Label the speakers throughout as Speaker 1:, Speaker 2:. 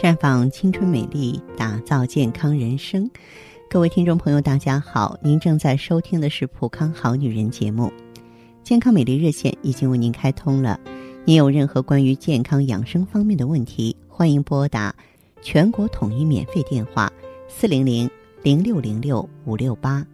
Speaker 1: 绽放青春美丽，打造健康人生。各位听众朋友大家好，您正在收听的是普康好女人节目。健康美丽热线已经为您开通了，您有任何关于健康养生方面的问题，欢迎拨打全国统一免费电话400-0606-568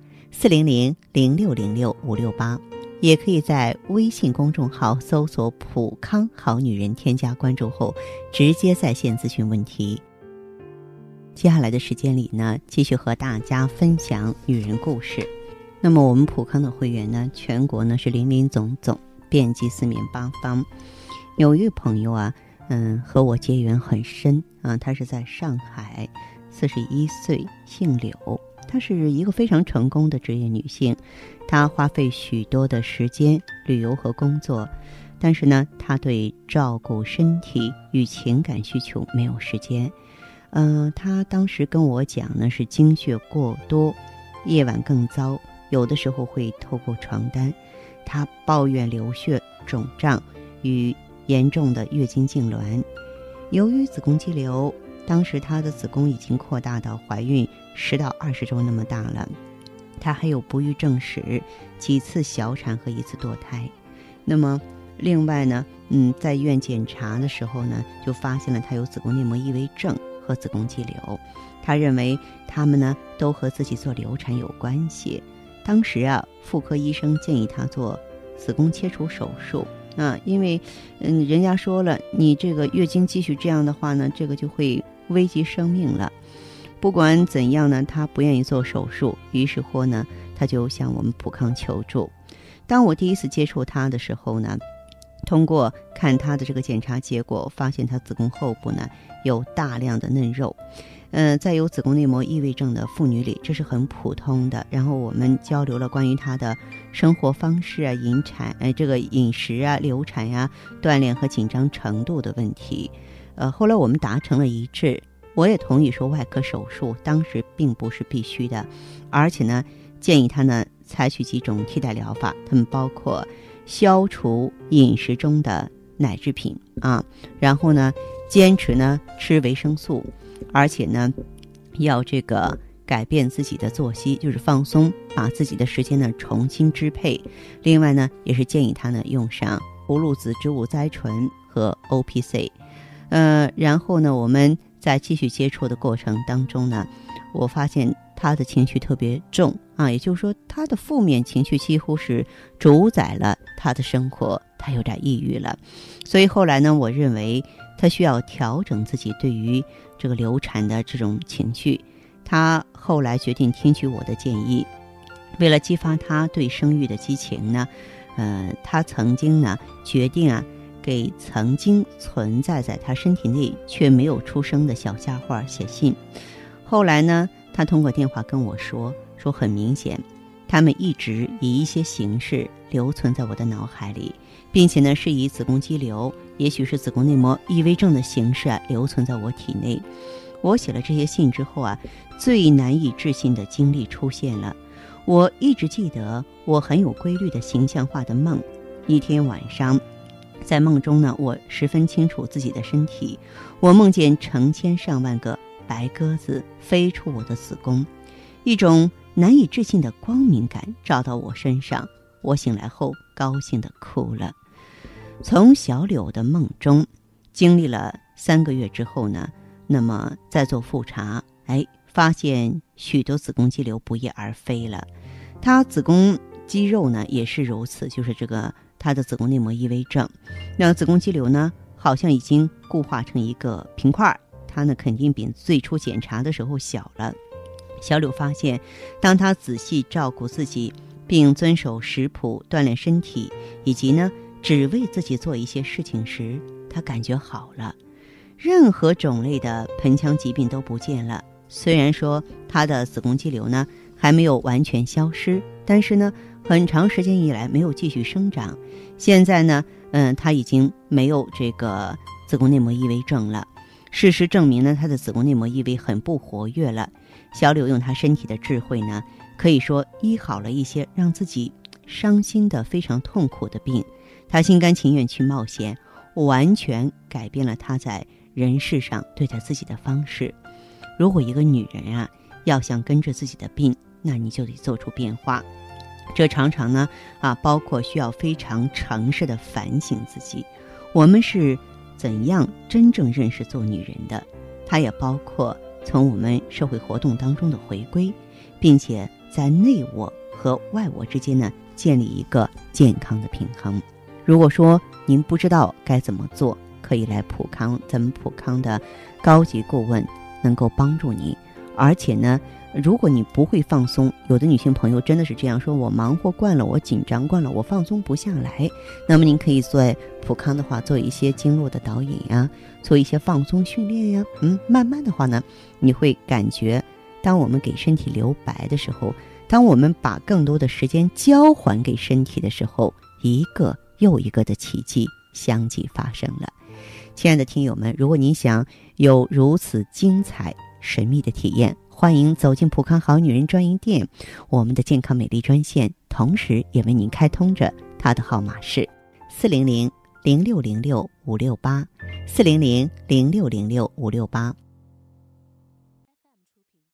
Speaker 1: 400-0606-568，也可以在微信公众号搜索普康好女人，添加关注后直接在线咨询问题。接下来的时间里呢，继续和大家分享女人故事。那么我们普康的会员呢，全国呢是林林总总，遍及四面八方。有一位朋友啊，和我结缘很深啊，她是在上海，41岁，姓柳。她是一个非常成功的职业女性，她花费许多的时间旅游和工作，但是呢，她对照顾身体与情感需求没有时间。她当时跟我讲呢，是经血过多，夜晚更糟，有的时候会透过床单。她抱怨流血、肿胀与严重的月经痉挛。由于子宫肌瘤，当时她的子宫已经扩大到怀孕10到20周那么大了，她还有不育症史，几次小产和1次堕胎。那么另外呢，在医院检查的时候呢，就发现了她有子宫内膜异位症和子宫肌瘤。她认为他们呢都和自己做流产有关系。当时啊，妇科医生建议她做子宫切除手术因为人家说了，你这个月经继续这样的话呢，这个就会危及生命了。不管怎样呢，她不愿意做手术，于是乎呢，她就向我们普康求助。当我第一次接触她的时候呢，通过看她的这个检查结果，发现她子宫后部呢有大量的嫩肉。在有子宫内膜异位症的妇女里，这是很普通的。然后我们交流了关于她的生活方式啊、这个饮食啊、流产呀、锻炼和紧张程度的问题。后来我们达成了一致，我也同意说外科手术当时并不是必须的，而且呢，建议她呢采取几种替代疗法，它们包括消除饮食中的奶制品然后呢，坚持呢吃维生素。而且呢，要这个改变自己的作息，就是放松，把自己的时间呢重新支配。另外呢，也是建议他呢用上葫芦籽植物甾醇和 OPC。然后呢，我们在继续接触的过程当中呢，我发现他的情绪特别重也就是说，他的负面情绪几乎是主宰了他的生活，他有点抑郁了。所以后来呢，我认为他需要调整自己对于这个流产的这种情绪。他后来决定听取我的建议，为了激发他对生育的激情呢，他曾经呢决定给曾经存在在他身体内却没有出生的小家伙写信。后来呢，他通过电话跟我说很明显，他们一直以一些形式留存在我的脑海里，并且呢是以子宫肌瘤，也许是子宫内膜异位症的形式留存在我体内。我写了这些信之后最难以置信的经历出现了。我一直记得我很有规律的形象化的梦。一天晚上，在梦中呢，我十分清楚自己的身体，我梦见成千上万个白鸽子飞出我的子宫，一种难以置信的光明感照到我身上。我醒来后高兴地哭了。从小柳的梦中经历了3个月之后呢，那么再做复查，发现许多子宫肌瘤不翼而飞了。她子宫肌肉呢也是如此，就是她的子宫内膜异位症。那子宫肌瘤呢，好像已经固化成一个平块，它呢肯定比最初检查的时候小了。小柳发现，当她仔细照顾自己，并遵守食谱、锻炼身体，以及呢只为自己做一些事情时，她感觉好了，任何种类的盆腔疾病都不见了。虽然说她的子宫肌瘤呢还没有完全消失，但是呢很长时间以来没有继续生长。现在呢她已经没有这个子宫内膜异位症了。事实证明呢，她的子宫内膜异位很不活跃了。小柳用她身体的智慧呢，可以说医好了一些让自己伤心的非常痛苦的病。她心甘情愿去冒险，完全改变了她在人世上对待自己的方式。如果一个女人啊，要想跟着自己的病，那你就得做出变化。这常常呢包括需要非常诚实的反省自己，我们是怎样真正认识做女人的，它也包括从我们社会活动当中的回归，并且在内我和外我之间呢建立一个健康的平衡。如果说您不知道该怎么做，可以来普康，咱们普康的高级顾问能够帮助你。而且呢，如果你不会放松，有的女性朋友真的是这样说，我忙活惯了，我紧张惯了，我放松不下来。那么您可以在普康的话做一些经络的导引呀，做一些放松训练呀，慢慢的话呢，你会感觉当我们给身体留白的时候，当我们把更多的时间交还给身体的时候，一个又一个的奇迹相继发生了。亲爱的听友们，如果您想有如此精彩神秘的体验，欢迎走进普康好女人专营店，我们的健康美丽专线同时也为您开通着，它的号码是400-0606-568，400-0606-568。